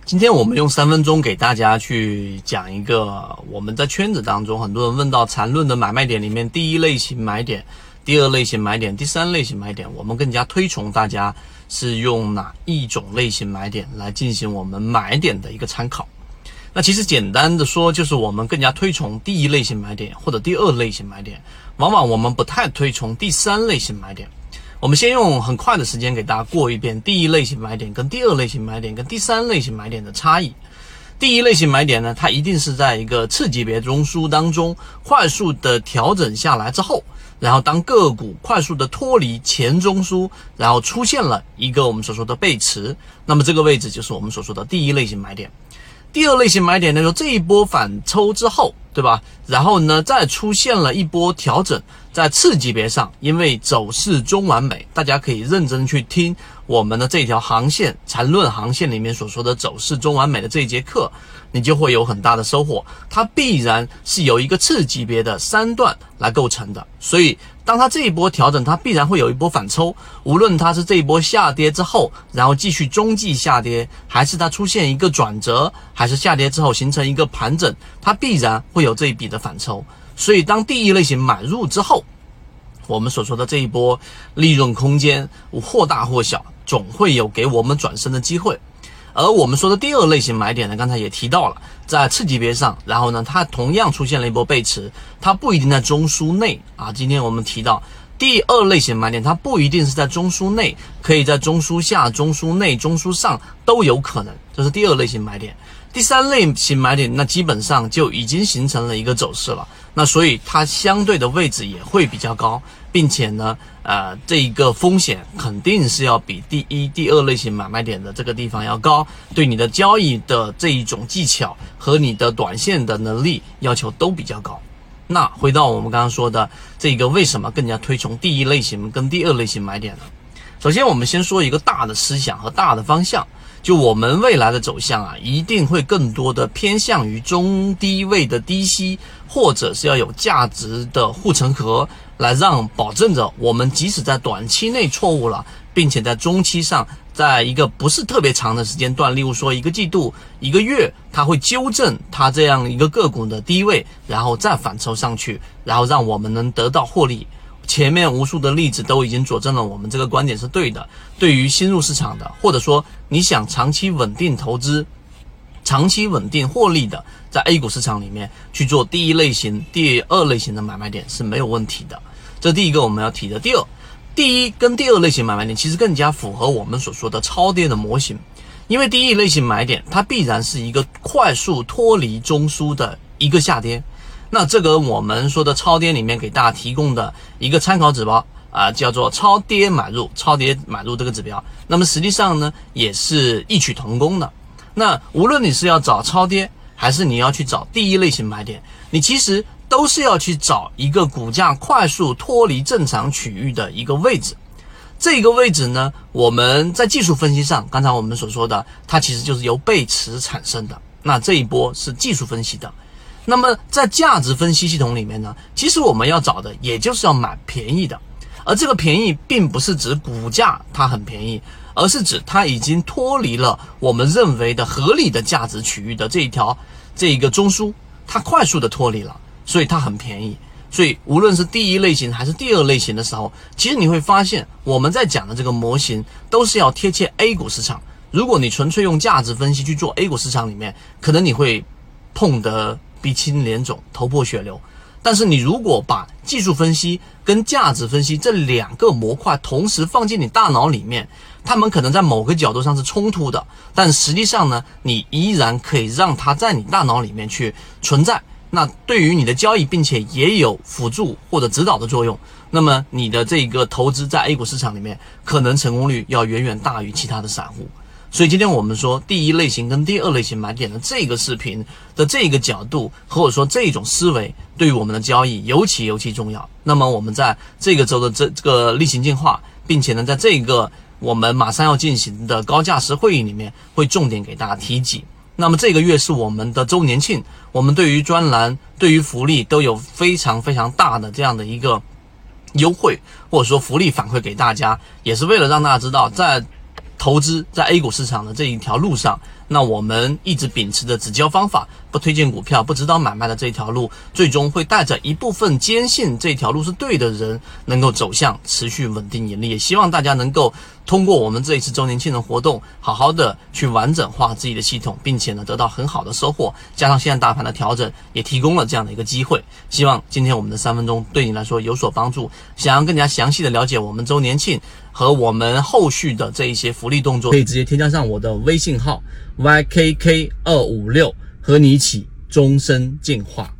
今天我们用3分钟给大家去讲一个我们在圈子当中很多人问到缠论的买卖点里面第一类型买点、第二类型买点、第三类型买点，我们更加推崇大家是用哪一种类型买点来进行我们买点的一个参考。那其实简单的说，就是我们更加推崇第一类型买点或者第二类型买点，往往我们不太推崇第三类型买点。我们先用很快的时间给大家过一遍第一类型买点跟第二类型买点跟第三类型买点的差异。第一类型买点呢，它一定是在一个次级别中枢当中快速的调整下来之后，然后当个股快速的脱离前中枢，然后出现了一个我们所说的背驰，那么这个位置就是我们所说的第一类型买点。第二类型买点呢，就这一波反抽之后，对吧？然后呢，再出现了一波调整，在次级别上，因为走势中完美，大家可以认真去听我们的这条航线缠论航线里面所说的走势中完美的这一节课，你就会有很大的收获。它必然是由一个次级别的3段来构成的，所以当它这一波调整，它必然会有一波反抽，无论它是这一波下跌之后，然后继续中继下跌，还是它出现一个转折，还是下跌之后形成一个盘整，它必然会有这一笔的反抽。所以当第一类型买入之后，我们所说的这一波利润空间或大或小，总会有给我们转身的机会。而我们说的第二类型买点呢，刚才也提到了，在次级别上，然后呢，它同样出现了一波背驰，它不一定在中枢内啊。今天我们提到第二类型买点，它不一定是在中枢内，可以在中枢下、中枢内、中枢上都有可能，这是第二类型买点。第三类型买点，那基本上就已经形成了一个走势了，那所以它相对的位置也会比较高，并且呢，这一个风险肯定是要比第一、第二类型买卖点的这个地方要高，对你的交易的这一种技巧和你的短线的能力要求都比较高。那回到我们刚刚说的这个，为什么更加推崇第一类型跟第二类型买点呢？首先我们先说一个大的思想和大的方向，就我们未来的走向啊，一定会更多的偏向于中低位的低吸，或者是要有价值的护城河，来让保证着我们即使在短期内错误了，并且在中期上，在一个不是特别长的时间段，例如说1个季度、1个月，它会纠正它这样一个个股的低位，然后再反抽上去，然后让我们能得到获利。前面无数的例子都已经佐证了我们这个观点是对的。对于新入市场的，或者说你想长期稳定投资、长期稳定获利的，在 A 股市场里面去做第一类型、第二类型的买卖点是没有问题的。这是第一个我们要提的。第二，第一跟第二类型买卖点其实更加符合我们所说的超跌的模型，因为第一类型买点它必然是一个快速脱离中枢的一个下跌。那这个我们说的超跌里面给大家提供的一个参考指标叫做超跌买入这个指标，那么实际上呢也是异曲同工的。那无论你是要找超跌，还是你要去找第一类型买点，你其实都是要去找一个股价快速脱离正常区域的一个位置。这个位置呢，我们在技术分析上，刚才我们所说的，它其实就是由背驰产生的，那这一波是技术分析的。那么在价值分析系统里面呢，其实我们要找的也就是要买便宜的，而这个便宜并不是指股价它很便宜，而是指它已经脱离了我们认为的合理的价值区域的这一个中枢，它快速的脱离了，所以它很便宜。所以无论是第一类型还是第二类型的时候，其实你会发现我们在讲的这个模型都是要贴切 A 股市场。如果你纯粹用价值分析去做 A 股市场里面，可能你会碰得鼻青脸肿、头破血流。但是你如果把技术分析跟价值分析这2个模块同时放进你大脑里面，它们可能在某个角度上是冲突的，但实际上呢，你依然可以让它在你大脑里面去存在。那对于你的交易并且也有辅助或者指导的作用，那么你的这个投资在 A 股市场里面可能成功率要远远大于其他的散户。所以今天我们说第一类型跟第二类型买点的这个视频的这个角度，或者说这种思维，对于我们的交易尤其重要。那么我们在这个周的这个例行进化，并且呢在这个我们马上要进行的高价值会议里面，会重点给大家提及。那么这个月是我们的周年庆，我们对于专栏、对于福利都有非常大的这样的一个优惠，或者说福利反馈给大家，也是为了让大家知道，在投资在 A 股市场的这一条路上，那我们一直秉持着只教方法，不推荐股票，不指导买卖的这一条路，最终会带着一部分坚信这条路是对的人，能够走向持续稳定盈利。也希望大家能够通过我们这一次周年庆的活动，好好的去完整化自己的系统，并且呢得到很好的收获。加上现在大盘的调整，也提供了这样的一个机会。希望今天我们的3分钟对你来说有所帮助。想要更加详细的了解我们周年庆和我们后续的这一些福利动作，可以直接添加上我的微信号 YKK256，和你一起终身进化。